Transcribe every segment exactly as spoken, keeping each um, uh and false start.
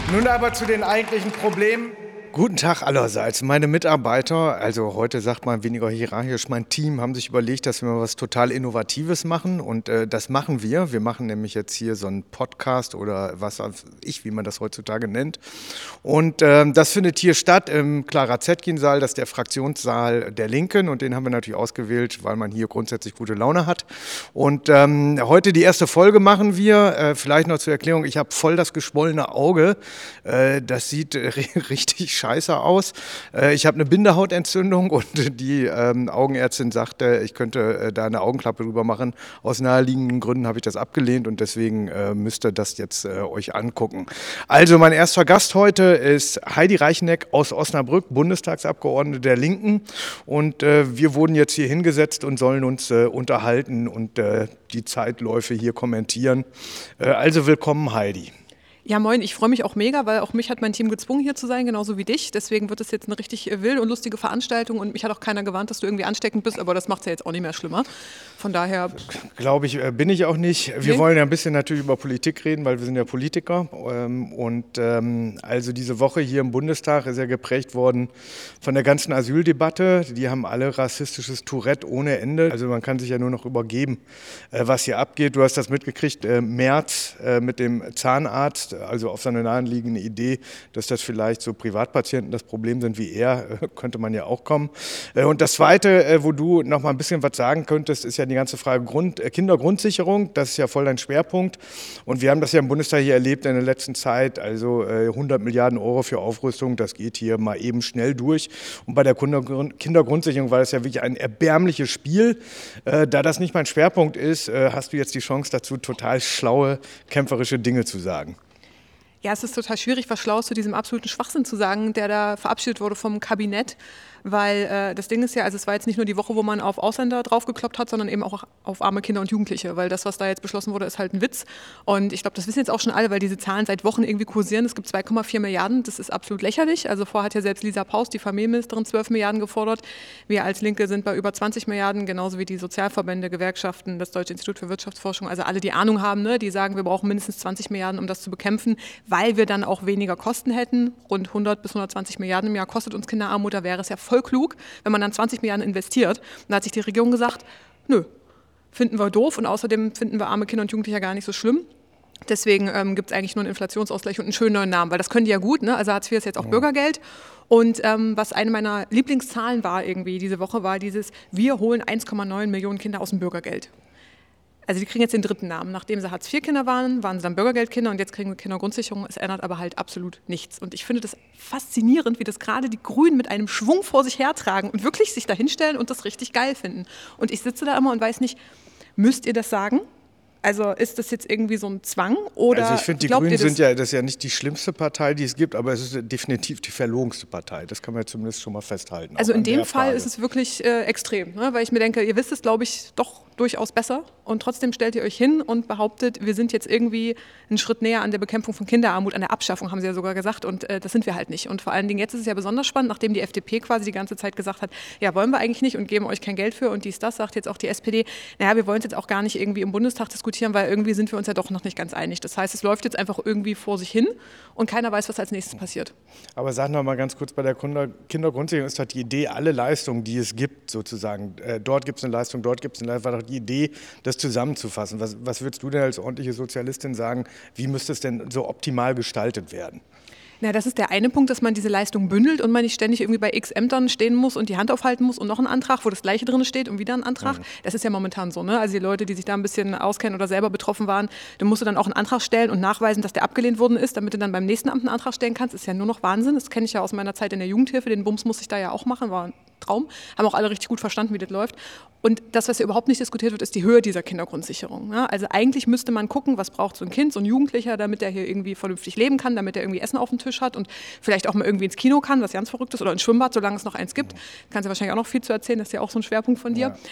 Nun aber zu den eigentlichen Problemen. Guten Tag allerseits. Meine Mitarbeiter, also heute sagt man weniger hierarchisch, mein Team, haben sich überlegt, dass wir mal was total Innovatives machen und äh, das machen wir. Wir machen nämlich jetzt hier so einen Podcast oder was weiß ich, wie man das heutzutage nennt. Und äh, das findet hier statt im Clara-Zetkin-Saal, das ist der Fraktionssaal der Linken und den haben wir natürlich ausgewählt, weil man hier grundsätzlich gute Laune hat. Und ähm, heute die erste Folge machen wir, äh, vielleicht noch zur Erklärung, ich habe voll das geschwollene Auge, äh, das sieht äh, richtig scheiße scheiße aus. Ich habe eine Bindehautentzündung und die ähm, Augenärztin sagte, ich könnte äh, da eine Augenklappe drüber machen. Aus naheliegenden Gründen habe ich das abgelehnt und deswegen äh, müsst ihr das jetzt äh, euch angucken. Also mein erster Gast heute ist Heidi Reicheneck aus Osnabrück, Bundestagsabgeordnete der Linken und äh, wir wurden jetzt hier hingesetzt und sollen uns äh, unterhalten und äh, die Zeitläufe hier kommentieren. Äh, also willkommen Heidi. Ja, moin, ich freue mich auch mega, weil auch mich hat mein Team gezwungen, hier zu sein, genauso wie dich. Deswegen wird es jetzt eine richtig wilde und lustige Veranstaltung und mich hat auch keiner gewarnt, dass du irgendwie ansteckend bist, aber das macht es ja jetzt auch nicht mehr schlimmer. Von daher... Glaube ich, bin ich auch nicht. Wir nee. wollen ja ein bisschen natürlich über Politik reden, weil wir sind ja Politiker. Und also diese Woche hier im Bundestag ist ja geprägt worden von der ganzen Asyldebatte. Die haben alle rassistisches Tourette ohne Ende. Also man kann sich ja nur noch übergeben, was hier abgeht. Du hast das mitgekriegt, März mit dem Zahnarzt. Also auf seine naheliegende Idee, dass das vielleicht so Privatpatienten das Problem sind wie er, könnte man ja auch kommen. Und das Zweite, wo du noch mal ein bisschen was sagen könntest, ist ja die ganze Frage Grund, Kindergrundsicherung. Das ist ja voll dein Schwerpunkt. Und wir haben das ja im Bundestag hier erlebt in der letzten Zeit. Also hundert Milliarden Euro für Aufrüstung, das geht hier mal eben schnell durch. Und bei der Kindergrundsicherung war das ja wirklich ein erbärmliches Spiel. Da das nicht mein Schwerpunkt ist, hast du jetzt die Chance dazu, total schlaue, kämpferische Dinge zu sagen. Ja, es ist total schwierig, was Schlaues zu diesem absoluten Schwachsinn zu sagen, der da verabschiedet wurde vom Kabinett. Weil äh, das Ding ist ja, also es war jetzt nicht nur die Woche, wo man auf Ausländer draufgekloppt hat, sondern eben auch auf arme Kinder und Jugendliche. Weil das, was da jetzt beschlossen wurde, ist halt ein Witz. Und ich glaube, das wissen jetzt auch schon alle, weil diese Zahlen seit Wochen irgendwie kursieren. Es gibt zwei Komma vier Milliarden, das ist absolut lächerlich. Also vorher hat ja selbst Lisa Paus, die Familienministerin, zwölf Milliarden gefordert. Wir als Linke sind bei über zwanzig Milliarden, genauso wie die Sozialverbände, Gewerkschaften, das Deutsche Institut für Wirtschaftsforschung. Also alle, die Ahnung haben, ne, die sagen, wir brauchen mindestens zwanzig Milliarden, um das zu bekämpfen, weil wir dann auch weniger Kosten hätten. Rund hundert bis hundertzwanzig Milliarden im Jahr kostet uns Kinderarmut. Da wäre es ja voll klug, wenn man dann zwanzig Milliarden investiert. Und da hat sich die Regierung gesagt, nö, finden wir doof und außerdem finden wir arme Kinder und Jugendliche gar nicht so schlimm. Deswegen ähm, gibt es eigentlich nur einen Inflationsausgleich und einen schönen neuen Namen, weil das können die ja gut, ne? Also Hartz vier ist jetzt auch ja. Bürgergeld. Und ähm, was eine meiner Lieblingszahlen war irgendwie diese Woche, war dieses, wir holen eins Komma neun Millionen Kinder aus dem Bürgergeld. Also die kriegen jetzt den dritten Namen. Nachdem sie Hartz vier Kinder waren, waren sie dann Bürgergeldkinder und jetzt kriegen wir Kindergrundsicherung. Es ändert aber halt absolut nichts. Und ich finde das faszinierend, wie das gerade die Grünen mit einem Schwung vor sich hertragen und wirklich sich da hinstellen und das richtig geil finden. Und ich sitze da immer und weiß nicht, müsst ihr das sagen? Also ist das jetzt irgendwie so ein Zwang? Oder also ich finde, die Grünen sind ja, das ist ja nicht die schlimmste Partei, die es gibt, aber es ist definitiv die verlogenste Partei. Das kann man ja zumindest schon mal festhalten. Also in dem Fall ist es wirklich äh, extrem, ne? Weil ich mir denke, ihr wisst es, glaube ich, doch durchaus besser. Und trotzdem stellt ihr euch hin und behauptet, wir sind jetzt irgendwie einen Schritt näher an der Bekämpfung von Kinderarmut, an der Abschaffung, haben sie ja sogar gesagt. Und äh, das sind wir halt nicht. Und vor allen Dingen jetzt ist es ja besonders spannend, nachdem die F D P quasi die ganze Zeit gesagt hat, ja, wollen wir eigentlich nicht und geben euch kein Geld für. Und dies, das, sagt jetzt auch die S P D, naja, wir wollen es jetzt auch gar nicht irgendwie im Bundestag diskutieren, weil irgendwie sind wir uns ja doch noch nicht ganz einig. Das heißt, es läuft jetzt einfach irgendwie vor sich hin und keiner weiß, was als nächstes passiert. Aber sag noch mal ganz kurz, bei der Kindergrundsicherung ist doch die Idee, alle Leistungen, die es gibt, sozusagen, äh, dort gibt es eine Leistung, dort gibt es eine Leistung, war doch die Idee, das zusammenzufassen. Was, was würdest du denn als ordentliche Sozialistin sagen, wie müsste es denn so optimal gestaltet werden? Na, das ist der eine Punkt, dass man diese Leistung bündelt und man nicht ständig irgendwie bei x Ämtern stehen muss und die Hand aufhalten muss und noch einen Antrag, wo das Gleiche drin steht und wieder ein Antrag. Mhm. Das ist ja momentan so, ne? Also die Leute, die sich da ein bisschen auskennen oder selber betroffen waren, da musst du dann auch einen Antrag stellen und nachweisen, dass der abgelehnt worden ist, damit du dann beim nächsten Amt einen Antrag stellen kannst. Das ist ja nur noch Wahnsinn. Das kenne ich ja aus meiner Zeit in der Jugendhilfe. Den Bums musste ich da ja auch machen, war ein Traum. Haben auch alle richtig gut verstanden, wie das läuft. Und das, was ja überhaupt nicht diskutiert wird, ist die Höhe dieser Kindergrundsicherung. Ja, also eigentlich müsste man gucken, was braucht so ein Kind, so ein Jugendlicher, damit er hier irgendwie vernünftig leben kann, damit er irgendwie Essen auf dem Tisch hat und vielleicht auch mal irgendwie ins Kino kann, was ganz verrückt ist, oder ins Schwimmbad, solange es noch eins gibt. Kannst du wahrscheinlich auch noch viel zu erzählen, das ist ja auch so ein Schwerpunkt von dir. Ja.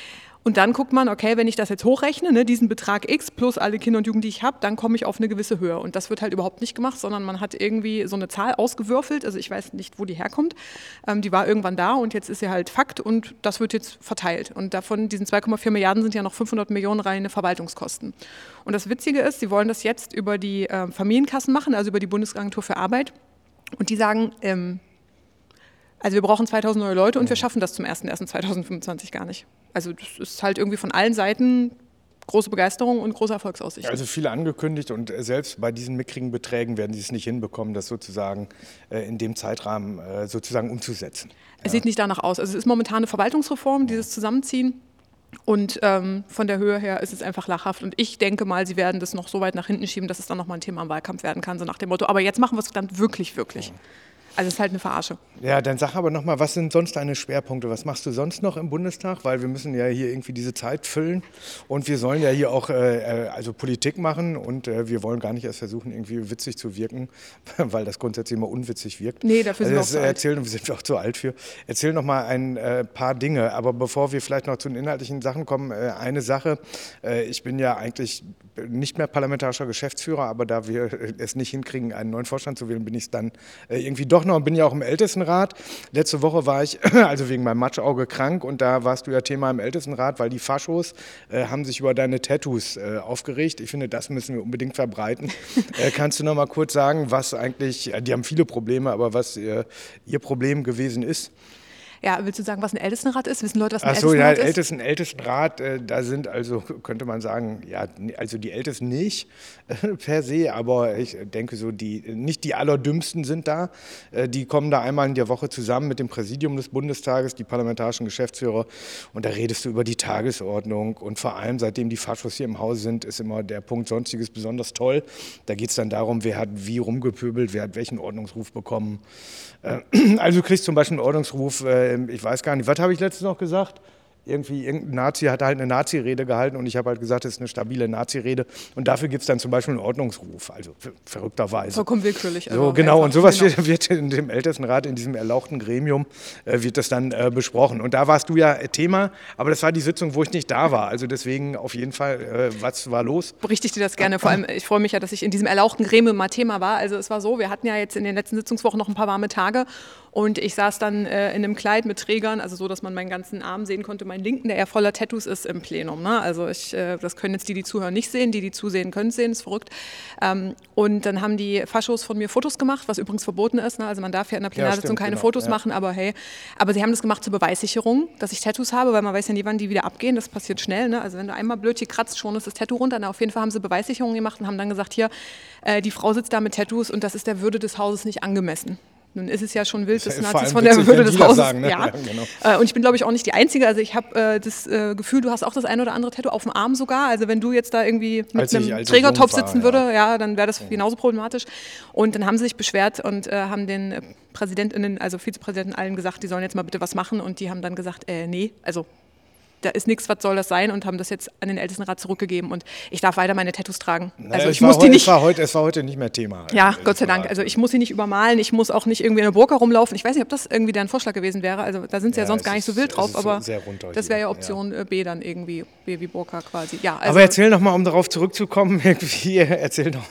Und dann guckt man, okay, wenn ich das jetzt hochrechne, ne, diesen Betrag X plus alle Kinder und Jugendliche, die ich habe, dann komme ich auf eine gewisse Höhe. Und das wird halt überhaupt nicht gemacht, sondern man hat irgendwie so eine Zahl ausgewürfelt. Also ich weiß nicht, wo die herkommt. Ähm, die war irgendwann da und jetzt ist sie halt Fakt und das wird jetzt verteilt. Und davon, diesen zwei Komma vier Milliarden, sind ja noch fünfhundert Millionen reine Verwaltungskosten. Und das Witzige ist, sie wollen das jetzt über die äh, Familienkassen machen, also über die Bundesagentur für Arbeit. Und die sagen, ähm, also wir brauchen zweitausend neue Leute und wir schaffen das zum ersten ersten zweitausendfünfundzwanzig gar nicht. Also das ist halt irgendwie von allen Seiten große Begeisterung und große Erfolgsaussichten. Also viele angekündigt und selbst bei diesen mickrigen Beträgen werden sie es nicht hinbekommen, das sozusagen in dem Zeitrahmen sozusagen umzusetzen. Es ja. sieht nicht danach aus. Also es ist momentan eine Verwaltungsreform, dieses Zusammenziehen. Und ähm, von der Höhe her ist es einfach lachhaft. Und ich denke mal, sie werden das noch so weit nach hinten schieben, dass es dann nochmal ein Thema im Wahlkampf werden kann, so nach dem Motto, aber jetzt machen wir es dann wirklich, wirklich. Ja. Also es ist halt eine Verarsche. Ja, dann sag aber nochmal, was sind sonst deine Schwerpunkte? Was machst du sonst noch im Bundestag? Weil wir müssen ja hier irgendwie diese Zeit füllen und wir sollen ja hier auch äh, also Politik machen und äh, wir wollen gar nicht erst versuchen, irgendwie witzig zu wirken, weil das grundsätzlich immer unwitzig wirkt. Nee, dafür sind also wir auch zu erzählen, alt. Wir sind auch zu alt für. Erzähl noch mal ein äh, paar Dinge, aber bevor wir vielleicht noch zu den inhaltlichen Sachen kommen, äh, eine Sache. Äh, ich bin ja eigentlich nicht mehr parlamentarischer Geschäftsführer, aber da wir es nicht hinkriegen, einen neuen Vorstand zu wählen, bin ich es dann äh, irgendwie doch noch und bin ja auch im Ältestenrat. Letzte Woche war ich, also wegen meinem Matschauge, krank und da warst du ja Thema im Ältestenrat, weil die Faschos äh, haben sich über deine Tattoos äh, aufgeregt. Ich finde, das müssen wir unbedingt verbreiten. äh, kannst du noch mal kurz sagen, was eigentlich, äh, die haben viele Probleme, aber was äh, ihr Problem gewesen ist? Ja, willst du sagen, was ein Ältestenrat ist? Wissen Leute, was ein Ach so, Ältestenrat ja, ist? Ältesten, Ältestenrat, äh, da sind also, könnte man sagen, ja, also die Ältesten nicht äh, per se, aber ich denke so, die nicht die Allerdümmsten sind da. Äh, die kommen da einmal in der Woche zusammen mit dem Präsidium des Bundestages, die parlamentarischen Geschäftsführer und da redest du über die Tagesordnung und vor allem, seitdem die Faschos hier im Haus sind, ist immer der Punkt Sonstiges besonders toll. Da geht es dann darum, wer hat wie rumgepöbelt, wer hat welchen Ordnungsruf bekommen. Äh, also du kriegst zum Beispiel einen Ordnungsruf, äh, ich weiß gar nicht, was habe ich letztens noch gesagt? Irgendwie, irgendein Nazi hat halt eine Nazi-Rede gehalten und ich habe halt gesagt, das ist eine stabile Nazi-Rede und dafür gibt es dann zum Beispiel einen Ordnungsruf, also verrückterweise. Vollkommen willkürlich. So, genau, und sowas genau. Wird, wird in dem Ältestenrat, in diesem erlauchten Gremium, äh, wird das dann äh, besprochen. Und da warst du ja Thema, aber das war die Sitzung, wo ich nicht da war, also deswegen auf jeden Fall, äh, was war los? Berichte ich dir das gerne, vor allem, ich freue mich ja, dass ich in diesem erlauchten Gremium mal Thema war. Also es war so, wir hatten ja jetzt in den letzten Sitzungswochen noch ein paar warme Tage und ich saß dann äh, in einem Kleid mit Trägern, also so, dass man meinen ganzen Arm sehen konnte, meinen linken, der ja voller Tattoos ist im Plenum. Ne? Also ich, äh, das können jetzt die, die zuhören, nicht sehen, die, die zusehen, können es sehen, ist verrückt. Ähm, und dann haben die Faschos von mir Fotos gemacht, was übrigens verboten ist. Ne? Also man darf ja in der Plenarsitzung ja, keine genau, Fotos ja. machen, aber hey. Aber sie haben das gemacht zur Beweissicherung, dass ich Tattoos habe, weil man weiß ja nie, wann die wieder abgehen. Das passiert schnell. Ne? Also wenn du einmal blöd hier kratzt, schon ist das Tattoo runter. Na, auf jeden Fall haben sie Beweissicherung gemacht und haben dann gesagt, hier, äh, die Frau sitzt da mit Tattoos und das ist der Würde des Hauses nicht angemessen. Nun ist es ja schon wild, dass Nazis von der Würde des Hauses sagen, ne? Ja. Ja, genau. Und ich bin, glaube ich, auch nicht die Einzige. Also ich habe äh, das äh, Gefühl, du hast auch das ein oder andere Tattoo auf dem Arm sogar. Also wenn du jetzt da irgendwie mit als einem ich, Trägertopf sitzen war, würde, ja, ja dann wäre das ja. genauso problematisch. Und dann haben sie sich beschwert und äh, haben den äh, PräsidentInnen, also Vizepräsidenten allen gesagt, die sollen jetzt mal bitte was machen. Und die haben dann gesagt, äh, nee, also da ist nichts, was soll das sein und haben das jetzt an den Ältestenrat zurückgegeben und ich darf weiter meine Tattoos tragen. Naja, also ich muss die nicht. Es war, heute, es war heute nicht mehr Thema. Ja, Gott sei Dank. Also ich muss sie nicht übermalen, ich muss auch nicht irgendwie in der Burka rumlaufen. Ich weiß nicht, ob das irgendwie deren Vorschlag gewesen wäre. Also da sind sie ja, ja sonst gar nicht so wild drauf, aber das wäre ja Option ja. B dann irgendwie, B wie Burka quasi. Ja, also aber erzähl noch mal, um darauf zurückzukommen, irgendwie, erzähl doch.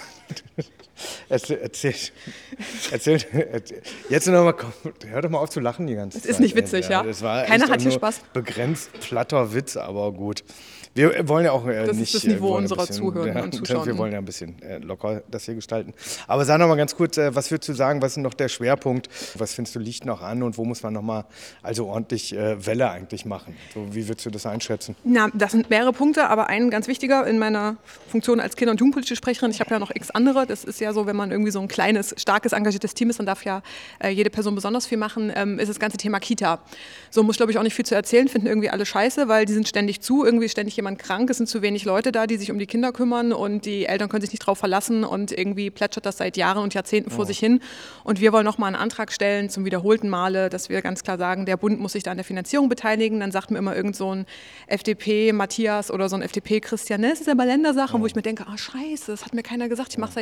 Erzähl, erzähl, erzähl, erzähl. Jetzt noch mal, komm, hör doch mal auf zu lachen die ganze Zeit. Das ist nicht witzig, ja. Das war Keiner hat hier Spaß. Begrenzt platter Witz, aber gut. Wir wollen ja auch äh, das nicht... Das ist das Niveau unserer bisschen, Zuhörer ja, und Zuschauer. Wir wollen ja ein bisschen äh, locker das hier gestalten. Aber sag noch mal ganz kurz, äh, was würdest du sagen, was ist noch der Schwerpunkt? Was findest du liegt noch an und wo muss man noch mal also ordentlich äh, Welle eigentlich machen? So, wie würdest du das einschätzen? Na, das sind mehrere Punkte, aber ein ganz wichtiger in meiner Funktion als Kinder- und Jugendpolitische Sprecherin. Ich habe ja noch x andere. Das ist ja so, wenn man irgendwie so ein kleines, starkes, engagiertes Team ist, dann darf ja äh, jede Person besonders viel machen, ähm, ist das ganze Thema Kita. So muss, glaube ich, auch nicht viel zu erzählen, finden irgendwie alle scheiße, weil die sind ständig zu, irgendwie ständig jemand krank, es sind zu wenig Leute da, die sich um die Kinder kümmern und die Eltern können sich nicht drauf verlassen und irgendwie plätschert das seit Jahren und Jahrzehnten vor oh. sich hin. Und wir wollen nochmal einen Antrag stellen zum wiederholten Male, dass wir ganz klar sagen, der Bund muss sich da an der Finanzierung beteiligen. Dann sagt mir immer irgend so ein F D P-Matthias oder so ein F D P-Christian, ne, das ist aber Ländersache, oh. wo ich mir denke, ah oh, scheiße, das hat mir keiner gesagt, ich mache seit Jahren irgendwie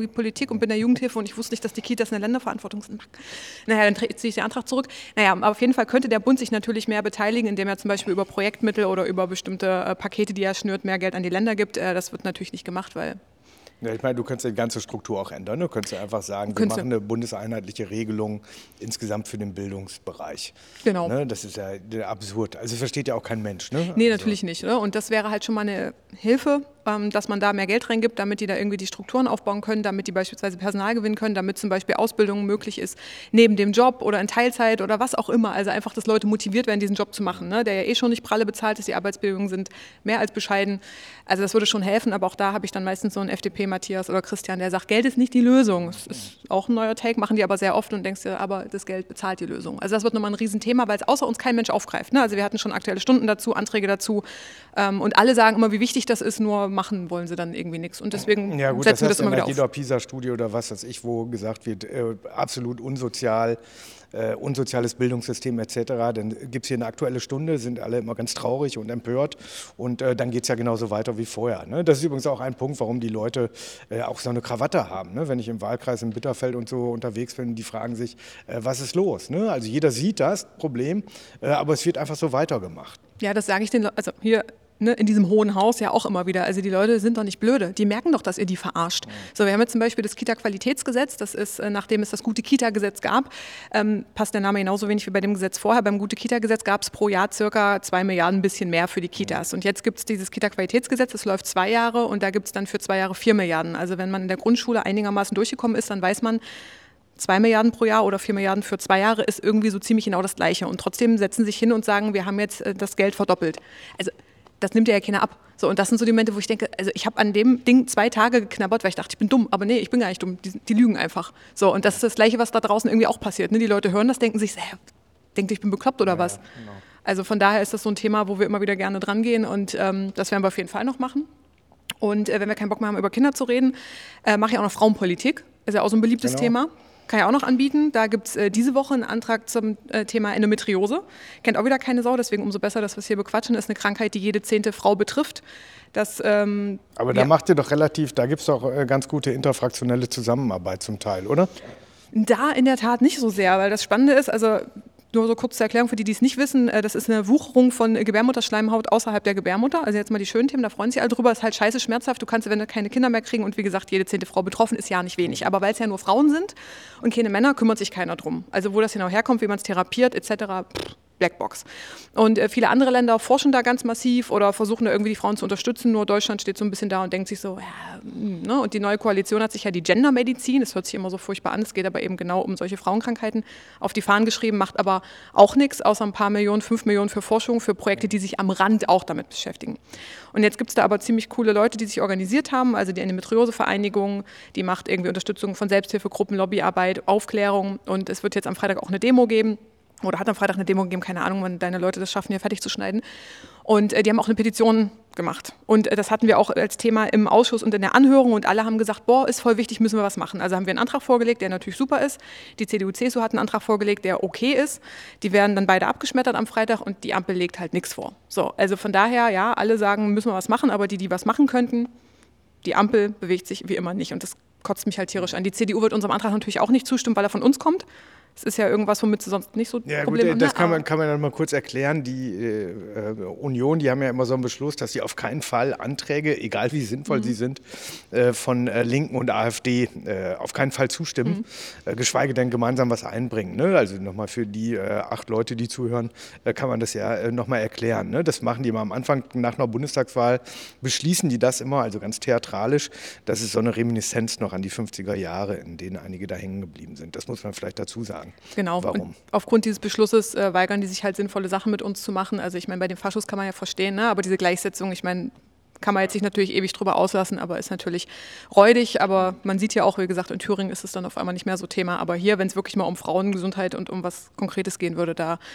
irgendwie Politik und bin in der Jugendhilfe und ich wusste nicht, dass die Kitas eine Länderverantwortung sind. Naja, dann ziehe ich den Antrag zurück. Naja, aber auf jeden Fall könnte der Bund sich natürlich mehr beteiligen, indem er zum Beispiel über Projektmittel oder über bestimmte äh, Pakete, die er schnürt, mehr Geld an die Länder gibt. Äh, das wird natürlich nicht gemacht, weil... Ja, ich meine, du könntest die ganze Struktur auch ändern. Du könntest einfach sagen, wir machen eine bundeseinheitliche Regelung insgesamt für den Bildungsbereich. Genau. Ne, das ist ja absurd. Also versteht ja auch kein Mensch. Ne? Nee, also. natürlich nicht. Ne? Und das wäre halt schon mal eine Hilfe, ähm, dass man da mehr Geld reingibt, damit die da irgendwie die Strukturen aufbauen können, damit die beispielsweise Personal gewinnen können, damit zum Beispiel Ausbildung möglich ist, neben dem Job oder in Teilzeit oder was auch immer. Also einfach, dass Leute motiviert werden, diesen Job zu machen, ne? Der ja eh schon nicht pralle bezahlt ist, die Arbeitsbedingungen sind mehr als bescheiden. Also das würde schon helfen, aber auch da habe ich dann meistens so einen F D P-Matthias oder Christian, der sagt, Geld ist nicht die Lösung. Das ist auch ein neuer Take, machen die aber sehr oft und denkst dir, aber das Geld bezahlt die Lösung. Also das wird nochmal ein Riesenthema, weil es außer uns kein Mensch aufgreift. Ne? Also wir hatten schon aktuelle Stunden dazu, Anträge dazu ähm, und alle sagen immer, wie wichtig das ist, nur machen wollen sie dann irgendwie nichts. Und deswegen ja, gut, setzen das wir das immer wieder auf. Jeder auf. PISA-Studie oder was weiß ich, wo gesagt wird, äh, absolut unsozial, äh, unsoziales Bildungssystem et cetera. Dann gibt es hier eine aktuelle Stunde, sind alle immer ganz traurig und empört und äh, dann geht es ja genauso weiter wie vorher. Ne? Das ist übrigens auch ein Punkt, warum die Leute äh, auch so eine Krawatte haben. Ne? Wenn ich im Wahlkreis in Bitterfeld und so unterwegs bin, die fragen sich, äh, was ist los? Ne? Also jeder sieht das Problem, äh, aber es wird einfach so weitergemacht. Ja, das sage ich den Leuten, also hier ne, in diesem Hohen Haus ja auch immer wieder. Also die Leute sind doch nicht blöde, die merken doch, dass ihr die verarscht. So, wir haben jetzt zum Beispiel das Kita-Qualitätsgesetz, das ist, äh, nachdem es das Gute-Kita-Gesetz gab, ähm, passt der Name genauso wenig wie bei dem Gesetz vorher. Beim Gute-Kita-Gesetz gab es pro Jahr circa zwei Milliarden, ein bisschen mehr für die Kitas. Und jetzt gibt es dieses Kita-Qualitätsgesetz, das läuft zwei Jahre und da gibt es dann für zwei Jahre vier Milliarden. Also wenn man in der Grundschule einigermaßen durchgekommen ist, dann weiß man, zwei Milliarden pro Jahr oder vier Milliarden für zwei Jahre ist irgendwie so ziemlich genau das Gleiche. Und trotzdem setzen sich hin und sagen, wir haben jetzt äh, das Geld verdoppelt. Also das nimmt ja keiner ab. So, und das sind so die Momente, wo ich denke, also ich habe an dem Ding zwei Tage geknabbert, weil ich dachte, ich bin dumm. Aber nee, ich bin gar nicht dumm. Die, die lügen einfach. So, und das ist das Gleiche, was da draußen irgendwie auch passiert. Ne? Die Leute hören das, denken sich, äh, denkt ihr, ich bin bekloppt oder ja, was? Genau. Also von daher ist das so ein Thema, wo wir immer wieder gerne dran gehen. Und ähm, das werden wir auf jeden Fall noch machen. Und äh, wenn wir keinen Bock mehr haben, über Kinder zu reden, äh, mache ich auch noch Frauenpolitik. Ist ja auch so ein beliebtes Genau. Thema. Kann ich auch noch anbieten. Da gibt es äh, diese Woche einen Antrag zum äh, Thema Endometriose. Kennt auch wieder keine Sau, deswegen umso besser, dass wir es hier bequatschen. Das ist eine Krankheit, die jede zehnte Frau betrifft. Das, ähm, Aber da ja. macht ihr doch relativ, da gibt es doch äh, ganz gute interfraktionelle Zusammenarbeit zum Teil, oder? Da in der Tat nicht so sehr, weil das Spannende ist, also nur so kurz zur Erklärung für die, die es nicht wissen, das ist eine Wucherung von Gebärmutterschleimhaut außerhalb der Gebärmutter. Also jetzt mal die schönen Themen, da freuen sich alle drüber. Ist halt scheiße schmerzhaft. Du kannst, wenn du keine Kinder mehr kriegen und wie gesagt, jede zehnte Frau betroffen ist, ja nicht wenig. Aber weil es ja nur Frauen sind und keine Männer, kümmert sich keiner drum. Also wo das genau herkommt, wie man es therapiert et cetera, pff, Blackbox. Und äh, viele andere Länder forschen da ganz massiv oder versuchen da irgendwie die Frauen zu unterstützen. Nur Deutschland steht so ein bisschen da und denkt sich so, ja, mh, ne? Und die neue Koalition hat sich ja die Gendermedizin, das hört sich immer so furchtbar an, es geht aber eben genau um solche Frauenkrankheiten, auf die Fahnen geschrieben, macht aber auch nichts, außer ein paar Millionen, fünf Millionen für Forschung, für Projekte, die sich am Rand auch damit beschäftigen. Und jetzt gibt es da aber ziemlich coole Leute, die sich organisiert haben, also die Endometriose-Vereinigung, die macht irgendwie Unterstützung von Selbsthilfegruppen, Lobbyarbeit, Aufklärung und es wird jetzt am Freitag auch eine Demo geben. Oder hat am Freitag eine Demo gegeben, keine Ahnung, wann deine Leute das schaffen, hier fertig zu schneiden. Und äh, die haben auch eine Petition gemacht. Und äh, das hatten wir auch als Thema im Ausschuss und in der Anhörung. Und alle haben gesagt, boah, ist voll wichtig, müssen wir was machen. Also haben wir einen Antrag vorgelegt, der natürlich super ist. Die C D U C S U hat einen Antrag vorgelegt, der okay ist. Die werden dann beide abgeschmettert am Freitag und die Ampel legt halt nichts vor. So, also von daher, ja, alle sagen, müssen wir was machen. Aber die, die was machen könnten, die Ampel bewegt sich wie immer nicht. Und das kotzt mich halt tierisch an. Die C D U wird unserem Antrag natürlich auch nicht zustimmen, weil er von uns kommt. Es ist ja irgendwas, womit sie sonst nicht so ja, Probleme haben. Gut, das kann man, kann man dann mal kurz erklären. Die äh, Union, die haben ja immer so einen Beschluss, dass sie auf keinen Fall Anträge, egal wie sinnvoll mhm. sie sind, äh, von äh, Linken und AfD äh, auf keinen Fall zustimmen, mhm. äh, geschweige denn gemeinsam was einbringen. Ne? Also nochmal für die äh, acht Leute, die zuhören, äh, kann man das ja äh, nochmal erklären. Ne? Das machen die immer am Anfang nach einer Bundestagswahl, beschließen die das immer, also ganz theatralisch. Das ist so eine Reminiszenz noch an die fünfziger Jahre, in denen einige da hängen geblieben sind. Das muss man vielleicht dazu sagen. Genau, warum? Und aufgrund dieses Beschlusses äh, weigern die sich halt sinnvolle Sachen mit uns zu machen. Also ich meine, bei dem Faschos kann man ja verstehen, ne? Aber diese Gleichsetzung, ich meine, kann man jetzt sich natürlich ewig drüber auslassen, aber ist natürlich räudig. Aber man sieht ja auch, wie gesagt, in Thüringen ist es dann auf einmal nicht mehr so Thema. Aber hier, wenn es wirklich mal um Frauengesundheit und um was Konkretes gehen würde, da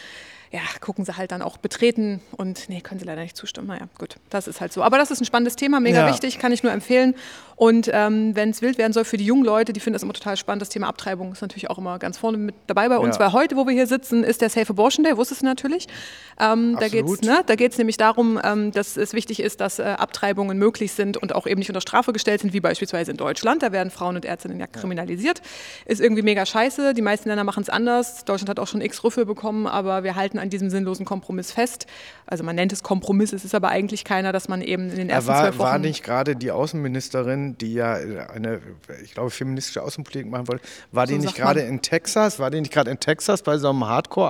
ja, gucken sie halt dann auch betreten und nee, können sie leider nicht zustimmen. Naja, gut, das ist halt so. Aber das ist ein spannendes Thema, mega Ja. wichtig, kann ich nur empfehlen. Und ähm, wenn es wild werden soll für die jungen Leute, die finden das immer total spannend, das Thema Abtreibung ist natürlich auch immer ganz vorne mit dabei bei uns, Ja. weil heute, wo wir hier sitzen, ist der Safe Abortion Day, wusstest du natürlich. Ähm, da geht es ne, da geht's nämlich darum, ähm, dass es wichtig ist, dass äh, Abtreibungen möglich sind und auch eben nicht unter Strafe gestellt sind, wie beispielsweise in Deutschland. Da werden Frauen und Ärztinnen ja kriminalisiert. Ist irgendwie mega scheiße, die meisten Länder machen es anders. Deutschland hat auch schon x Rüffel bekommen, aber wir halten an diesem sinnlosen Kompromiss fest. Also man nennt es Kompromiss, es ist aber eigentlich keiner, dass man eben in den ersten war, zwölf Wochen... war nicht gerade die Außenministerin, die ja eine, ich glaube, feministische Außenpolitik machen wollte, war die So nicht sagt gerade man. in Texas, war die nicht gerade in Texas bei so einem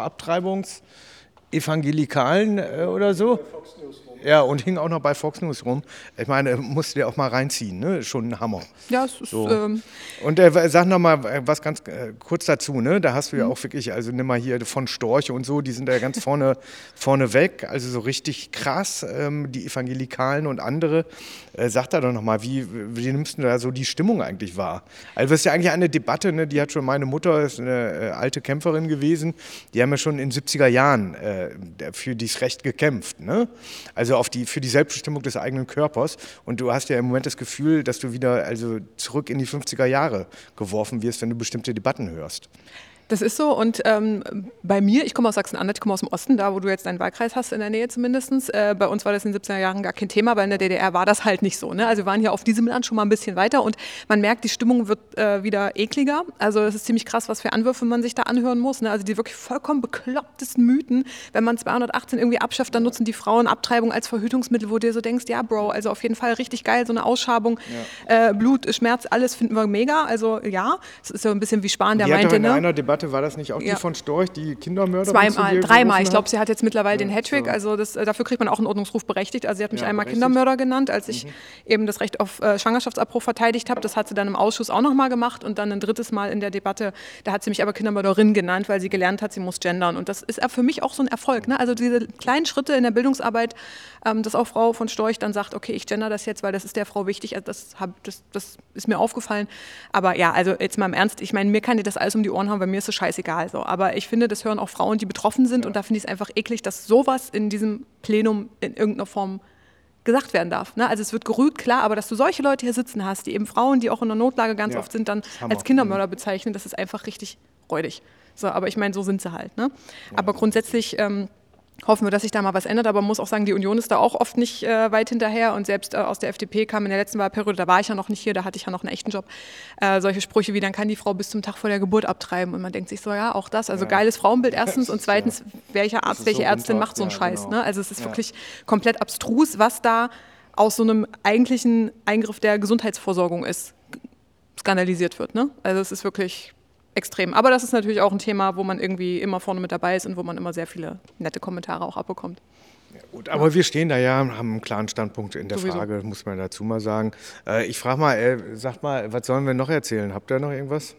Hardcore-Abtreibungs-Evangelikalen äh, oder so? Ja, und hing auch noch bei Fox News rum. Ich meine, musst du dir auch mal reinziehen, ne? Schon ein Hammer. Ja, es ist... So. Ähm, Und äh, sag noch mal äh, was ganz äh, kurz dazu, ne? Da hast du ja Mhm. auch wirklich, also nimm mal hier von Storch und so, die sind da ja ganz vorne, vorne weg, also so richtig krass, ähm, die Evangelikalen und andere. Äh, sag da doch noch mal, wie, wie nimmst du da so die Stimmung eigentlich wahr? Also das ist ja eigentlich eine Debatte, ne? Die hat schon meine Mutter, ist eine äh, alte Kämpferin gewesen, die haben ja schon in den siebziger Jahren äh, für dieses Recht gekämpft, ne? Also auf die, für die Selbstbestimmung des eigenen Körpers. Und du hast ja im Moment das Gefühl, dass du wieder also zurück in die fünfziger Jahre geworfen wirst, wenn du bestimmte Debatten hörst. Das ist so und ähm, bei mir, ich komme aus Sachsen-Anhalt, ich komme aus dem Osten, da wo du jetzt deinen Wahlkreis hast, in der Nähe zumindest. Äh, bei uns war das in den siebziger Jahren gar kein Thema, weil in der D D R war das halt nicht so. Ne? Also wir waren hier auf diesem Land schon mal ein bisschen weiter und man merkt, die Stimmung wird äh, wieder ekliger. Also es ist ziemlich krass, was für Anwürfe man sich da anhören muss. Ne? Also die wirklich vollkommen beklopptesten Mythen. Wenn man zweihundertachtzehn irgendwie abschafft, dann nutzen die Frauen Abtreibung als Verhütungsmittel, wo du dir so denkst, ja Bro, also auf jeden Fall richtig geil, so eine Ausschabung, ja. äh, Blut, Schmerz, alles finden wir mega. Also ja, es ist so ein bisschen wie Spahn, der die meinte, hat doch in ne? einer Debatte, war das nicht auch Ja. die von Storch, die Kindermörderin Zweimal, zu dir dreimal. gerufen Ich glaube, hat? sie hat jetzt mittlerweile den Ja, Hattrick. so. Also das, äh, dafür kriegt man auch einen Ordnungsruf berechtigt. Also sie hat mich Ja, einmal berechtigt. Kindermörder genannt, als ich eben das Recht auf äh, Schwangerschaftsabbruch verteidigt habe. Das hat sie dann im Ausschuss auch nochmal gemacht und dann ein drittes Mal in der Debatte. Da hat sie mich aber Kindermörderin genannt, weil sie gelernt hat, sie muss gendern. Und das ist für mich auch so ein Erfolg. Ne? Also diese kleinen Schritte in der Bildungsarbeit, ähm, dass auch Frau von Storch dann sagt, okay, ich gender das jetzt, weil das ist der Frau wichtig. Also das, hab, das, das ist mir aufgefallen. Aber ja, also jetzt mal im Ernst, ich meine, mir kann dir das alles um die Ohren hauen, weil mir ist es scheißegal. So. Aber ich finde, das hören auch Frauen, die betroffen sind. Und da finde ich es einfach eklig, dass sowas in diesem Plenum in irgendeiner Form gesagt werden darf. Ne? Also es wird gerügt, klar, aber dass du solche Leute hier sitzen hast, die eben Frauen, die auch in der Notlage ganz Ja, oft sind, dann Hammer. als Kindermörder bezeichnen, das ist einfach richtig räudig. So, aber ich meine, so sind sie halt. Ne? Aber grundsätzlich ähm, hoffen wir, dass sich da mal was ändert, aber man muss auch sagen, die Union ist da auch oft nicht äh, weit hinterher und selbst äh, aus der F D P kam in der letzten Wahlperiode, da war ich ja noch nicht hier, da hatte ich ja noch einen echten Job, äh, solche Sprüche wie, dann kann die Frau bis zum Tag vor der Geburt abtreiben und man denkt sich so, ja, auch das, also Ja. geiles Frauenbild erstens und zweitens, welcher Das Arzt, ist welche so Ärztin runter. macht so einen Ja, Scheiß, genau. ne? Also es ist Ja. wirklich komplett abstrus, was da aus so einem eigentlichen Eingriff der Gesundheitsversorgung ist, skandalisiert wird, ne? Also es ist wirklich extrem. Aber das ist natürlich auch ein Thema, wo man irgendwie immer vorne mit dabei ist und wo man immer sehr viele nette Kommentare auch abbekommt. Gut, aber wir stehen da ja, haben einen klaren Standpunkt in der Sowieso. Frage, muss man dazu mal sagen. Äh, ich frage mal, äh, sagt mal, was sollen wir noch erzählen? Habt ihr noch irgendwas?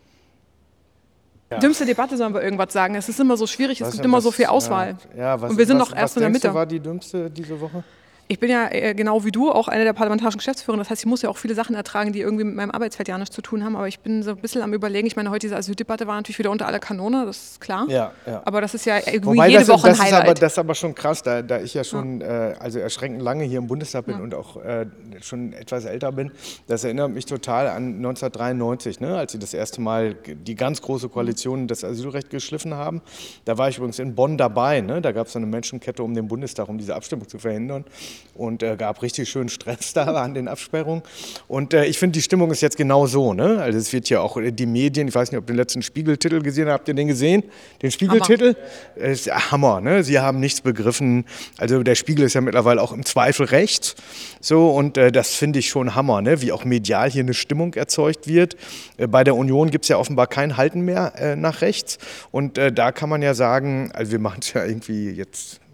Ja. Dümmste Debatte sollen wir irgendwas sagen. Es ist immer so schwierig, es Was- gibt immer so was- viel Auswahl. Ja, ja, was, Und wir sind was, noch erst was in der denkst du, Mitte. war die dümmste diese Woche? Ich bin ja äh, genau wie du auch eine der parlamentarischen Geschäftsführer. Das heißt, ich muss ja auch viele Sachen ertragen, die irgendwie mit meinem Arbeitsfeld ja nichts zu tun haben. Aber ich bin so ein bisschen am Überlegen. Ich meine, heute diese Asyldebatte war natürlich wieder unter aller Kanone, das ist klar. Ja, ja. Aber das ist ja irgendwie Wobei jede das, Woche das ein ist Highlight. aber, das ist aber schon krass, da, da ich ja schon äh, also erschreckend lange hier im Bundestag bin Ja. und auch äh, schon etwas älter bin. Das erinnert mich total an neunzehnhundertdreiundneunzig, ne, als sie das erste Mal die ganz große Koalition das Asylrecht geschliffen haben. Da war ich übrigens in Bonn dabei. Ne? Da gab es eine Menschenkette um den Bundestag, um diese Abstimmung zu verhindern. Und äh, gab richtig schön Stress da an den Absperrungen. Und äh, ich finde, die Stimmung ist jetzt genau so. Ne? Also es wird ja auch äh, die Medien, ich weiß nicht, ob ihr den letzten Spiegeltitel gesehen habt, habt ihr den gesehen? Den Spiegeltitel? Hammer. Ist ja Hammer, ne? Sie haben nichts begriffen. Also der Spiegel ist ja mittlerweile auch im Zweifel recht. So, und äh, das finde ich schon Hammer, ne? Wie auch medial hier eine Stimmung erzeugt wird. Äh, bei der Union gibt es ja offenbar kein Halten mehr äh, nach rechts. Und äh, da kann man ja sagen, also wir machen es ja irgendwie jetzt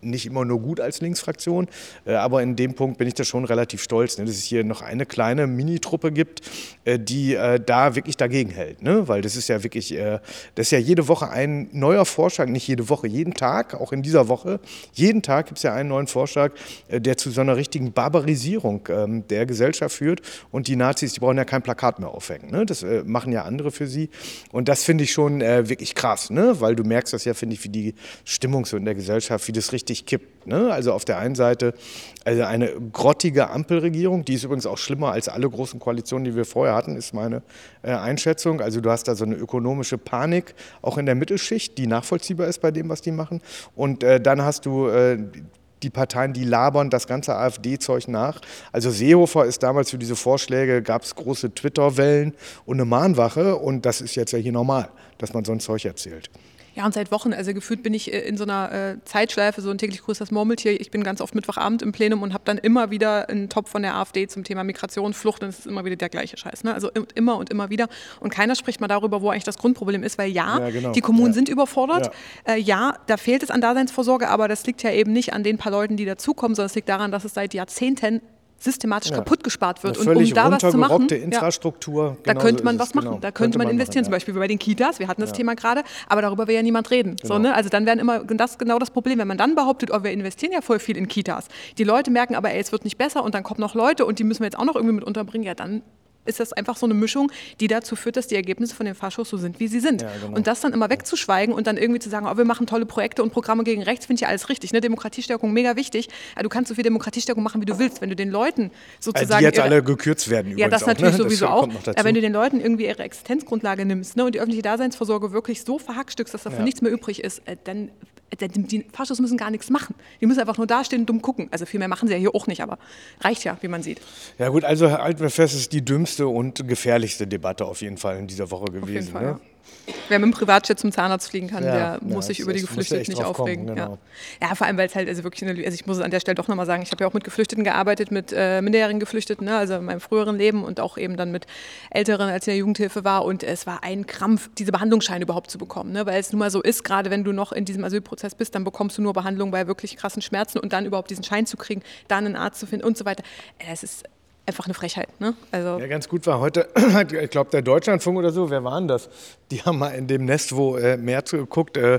nicht immer nur gut als Linksfraktion, äh, aber in dem Punkt bin ich da schon relativ stolz, ne, dass es hier noch eine kleine Minitruppe gibt, äh, die äh, da wirklich dagegen hält, ne? Weil das ist ja wirklich, äh, das ist ja jede Woche ein neuer Vorschlag, nicht jede Woche, jeden Tag, auch in dieser Woche, jeden Tag gibt es ja einen neuen Vorschlag, äh, der zu so einer richtigen Barbarisierung äh, der Gesellschaft führt und die Nazis, die brauchen ja kein Plakat mehr aufhängen, ne? Das äh, machen ja andere für sie und das finde ich schon äh, wirklich krass, ne? Weil du merkst das ja, finde ich, wie die Stimmung so in der Gesellschaft, wie das richtig kippt. Ne? Also auf der einen Seite also eine grottige Ampelregierung, die ist übrigens auch schlimmer als alle großen Koalitionen, die wir vorher hatten, ist meine äh, Einschätzung. Also du hast da so eine ökonomische Panik, auch in der Mittelschicht, die nachvollziehbar ist bei dem, was die machen. Und äh, dann hast du äh, die Parteien, die labern das ganze AfD-Zeug nach. Also Seehofer ist damals für diese Vorschläge, gab es große Twitter-Wellen und eine Mahnwache. Und das ist jetzt ja hier normal, dass man so ein Zeug erzählt. Ja, und seit Wochen, also gefühlt bin ich in so einer äh, Zeitschleife, so ein täglich grüßt das Murmeltier. Ich bin ganz oft Mittwochabend im Plenum und habe dann immer wieder einen Top von der AfD zum Thema Migration, Flucht und es ist immer wieder der gleiche Scheiß. Ne? Also immer und immer wieder. Und keiner spricht mal darüber, wo eigentlich das Grundproblem ist, weil ja, ja genau. die Kommunen ja. sind überfordert. Ja. Äh, ja, da fehlt es an Daseinsvorsorge, aber das liegt ja eben nicht an den paar Leuten, die dazukommen, sondern es liegt daran, dass es seit Jahrzehnten systematisch ja. kaputt gespart wird. Und um da was zu machen, Infrastruktur, ja, da könnte man was machen. Genau. Da könnte, könnte man investieren, machen, ja. zum Beispiel bei den Kitas. Wir hatten das ja. Thema gerade, aber darüber will ja niemand reden. Genau. So, ne? Also dann wären immer das genau das Problem, wenn man dann behauptet, oh, wir investieren ja voll viel in Kitas. Die Leute merken aber, ey, es wird nicht besser und dann kommen noch Leute und die müssen wir jetzt auch noch irgendwie mit unterbringen. Ja, dann ist das einfach so eine Mischung, die dazu führt, dass die Ergebnisse von den Faschos so sind, wie sie sind. Ja, genau. Und das dann immer wegzuschweigen und dann irgendwie zu sagen, oh, wir machen tolle Projekte und Programme gegen rechts, finde ich ja alles richtig. Ne? Demokratiestärkung, mega wichtig. Also du kannst so viel Demokratiestärkung machen, wie du willst. Wenn du den Leuten sozusagen... Die jetzt ihre, alle gekürzt werden übrigens. Ja, das natürlich auch, ne? sowieso auch. Aber wenn du den Leuten irgendwie ihre Existenzgrundlage nimmst, ne, und die öffentliche Daseinsvorsorge wirklich so verhackstückst, dass dafür ja. nichts mehr übrig ist, äh, dann... Die Faschos müssen gar nichts machen. Die müssen einfach nur dastehen und dumm gucken. Also viel mehr machen sie ja hier auch nicht, aber reicht ja, wie man sieht. Ja gut, also halten wir fest, es ist die dümmste und gefährlichste Debatte auf jeden Fall in dieser Woche gewesen. Auf jeden Fall, ne? ja. Wer mit dem Privatjet zum Zahnarzt fliegen kann, ja, der ja, muss sich über die Geflüchteten nicht aufregen. Kommen, genau. ja. ja, vor allem, weil es halt also wirklich, eine, also ich muss es an der Stelle doch nochmal sagen, ich habe ja auch mit Geflüchteten gearbeitet, mit äh, minderjährigen Geflüchteten, ne, also in meinem früheren Leben und auch eben dann mit Älteren, als ich in der Jugendhilfe war und es war ein Krampf, diese Behandlungsscheine überhaupt zu bekommen, ne, weil es nun mal so ist, gerade wenn du noch in diesem Asylprozess bist, dann bekommst du nur Behandlung bei wirklich krassen Schmerzen und dann überhaupt diesen Schein zu kriegen, dann einen Arzt zu finden und so weiter. Es ist einfach eine Frechheit. Ne? Also ja, ganz gut war heute, ich glaube, der Deutschlandfunk oder so, wer war denn das? Die haben mal in dem Nest, wo äh, Merz geguckt, äh,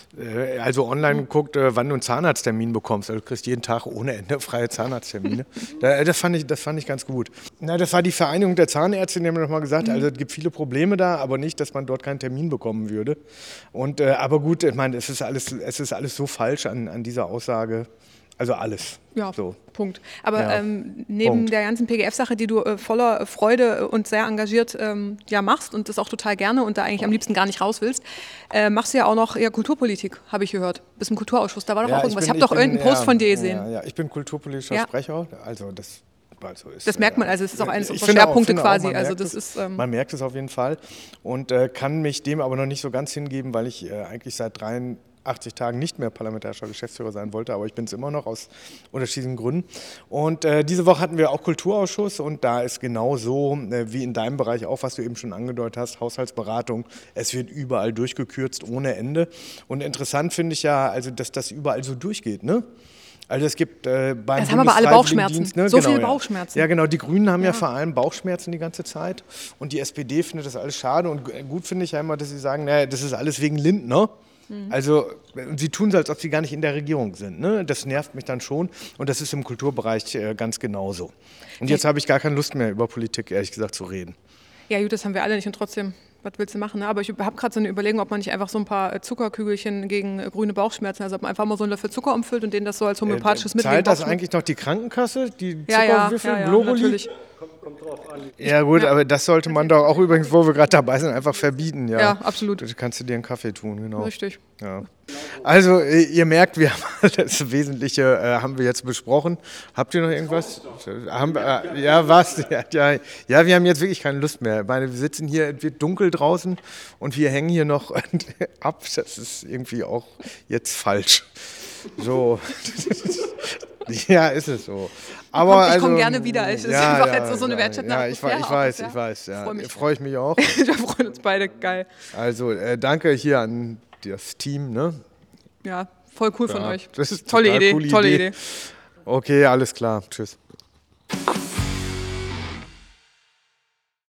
äh, also online geguckt, äh, wann du einen Zahnarzttermin bekommst. Also du kriegst jeden Tag ohne Ende freie Zahnarzttermine. da, das, fand ich, das fand ich ganz gut. Na, das war die Vereinigung der Zahnärzte, die haben mir noch mal gesagt, mhm. also es gibt viele Probleme da, aber nicht, dass man dort keinen Termin bekommen würde. Und, äh, aber gut, ich meine, es ist alles, es ist alles so falsch an, an dieser Aussage. Also alles. Ja, so. Punkt. Aber Ja, ähm, neben Punkt. der ganzen P G F-Sache, die du äh, voller Freude und sehr engagiert ähm, ja, machst und das auch total gerne und da eigentlich am liebsten gar nicht raus willst, äh, machst du ja auch noch ja, Kulturpolitik, habe ich gehört. Bist im Kulturausschuss, da war doch Ja, auch irgendwas. Ich, bin- habe doch bin- irgendeinen Post ja, von dir gesehen. Ja, ja, ich bin kulturpolitischer Ja. Sprecher, also das... Also ist, Das merkt man, äh, also es ist auch eines ich unserer finde auch- Schwerpunkte finde auch, quasi. man Also merkt das es- ist, ähm, Man merkt es auf jeden Fall und äh, kann mich dem aber noch nicht so ganz hingeben, weil ich äh, eigentlich seit dreiundachtzig Tagen nicht mehr parlamentarischer Geschäftsführer sein wollte, aber ich bin es immer noch aus unterschiedlichen Gründen. Und äh, diese Woche hatten wir auch Kulturausschuss und da ist genau so, äh, wie in deinem Bereich auch, was du eben schon angedeutet hast, Haushaltsberatung, es wird überall durchgekürzt ohne Ende. Und interessant finde ich ja, also, dass das überall so durchgeht, ne? Also es gibt äh, beim Das haben aber alle Bundesfreiwilligendienst, Bauchschmerzen. ne? So Genau, viele ja. Bauchschmerzen. Ja genau, die Grünen haben ja. Ja. vor allem Bauchschmerzen die ganze Zeit und die S P D findet das alles schade und g- gut finde ich ja immer, dass sie sagen, naja, das ist alles wegen Lindner. Mhm. Also und sie tun es, als ob sie gar nicht in der Regierung sind. Ne? Das nervt mich dann schon und das ist im Kulturbereich äh, ganz genauso. Und jetzt habe ich gar keine Lust mehr über Politik, ehrlich gesagt, zu reden. Ja gut, das haben wir alle nicht und trotzdem, was willst du machen? Ne? Aber ich habe gerade so eine Überlegung, ob man nicht einfach so ein paar äh, Zuckerkügelchen gegen äh, grüne Bauchschmerzen, also ob man einfach mal so einen Löffel Zucker umfüllt und denen das so als homöopathisches Äh, Mittel Zahlt das Bauchschmerzen- eigentlich noch die Krankenkasse, die Ja, ja, Zuckerwürfel, ja, ja, Globuli? natürlich. Ja gut, aber das sollte man doch auch übrigens, wo wir gerade dabei sind, einfach verbieten. Ja, Ja, absolut. Da kannst du dir einen Kaffee tun, genau. Richtig. Ja. Also äh, ihr merkt, wir haben das Wesentliche äh, haben wir jetzt besprochen. Habt ihr noch irgendwas? Haben, wir- äh, ja, was? Ja, ja, ja, wir haben jetzt wirklich keine Lust mehr. Ich meine, wir sitzen hier, es wird dunkel draußen und wir hängen hier noch ab. Das ist irgendwie auch jetzt falsch. So. Ja, ist es so. Aber Ich also, komme gerne wieder. Es ist ja, einfach ja, jetzt so eine ja, wertschätzende ja, ich, Atmosphäre ich auch, weiß, ja. ich weiß. Ja. Freu mich. Freue ich mich auch. Wir freuen uns beide, geil. Also äh, danke hier an das Team. Ne? Ja, Voll cool von Ja, euch. das ist Tolle total Idee, coole tolle Idee. Idee. Okay, alles klar. Tschüss.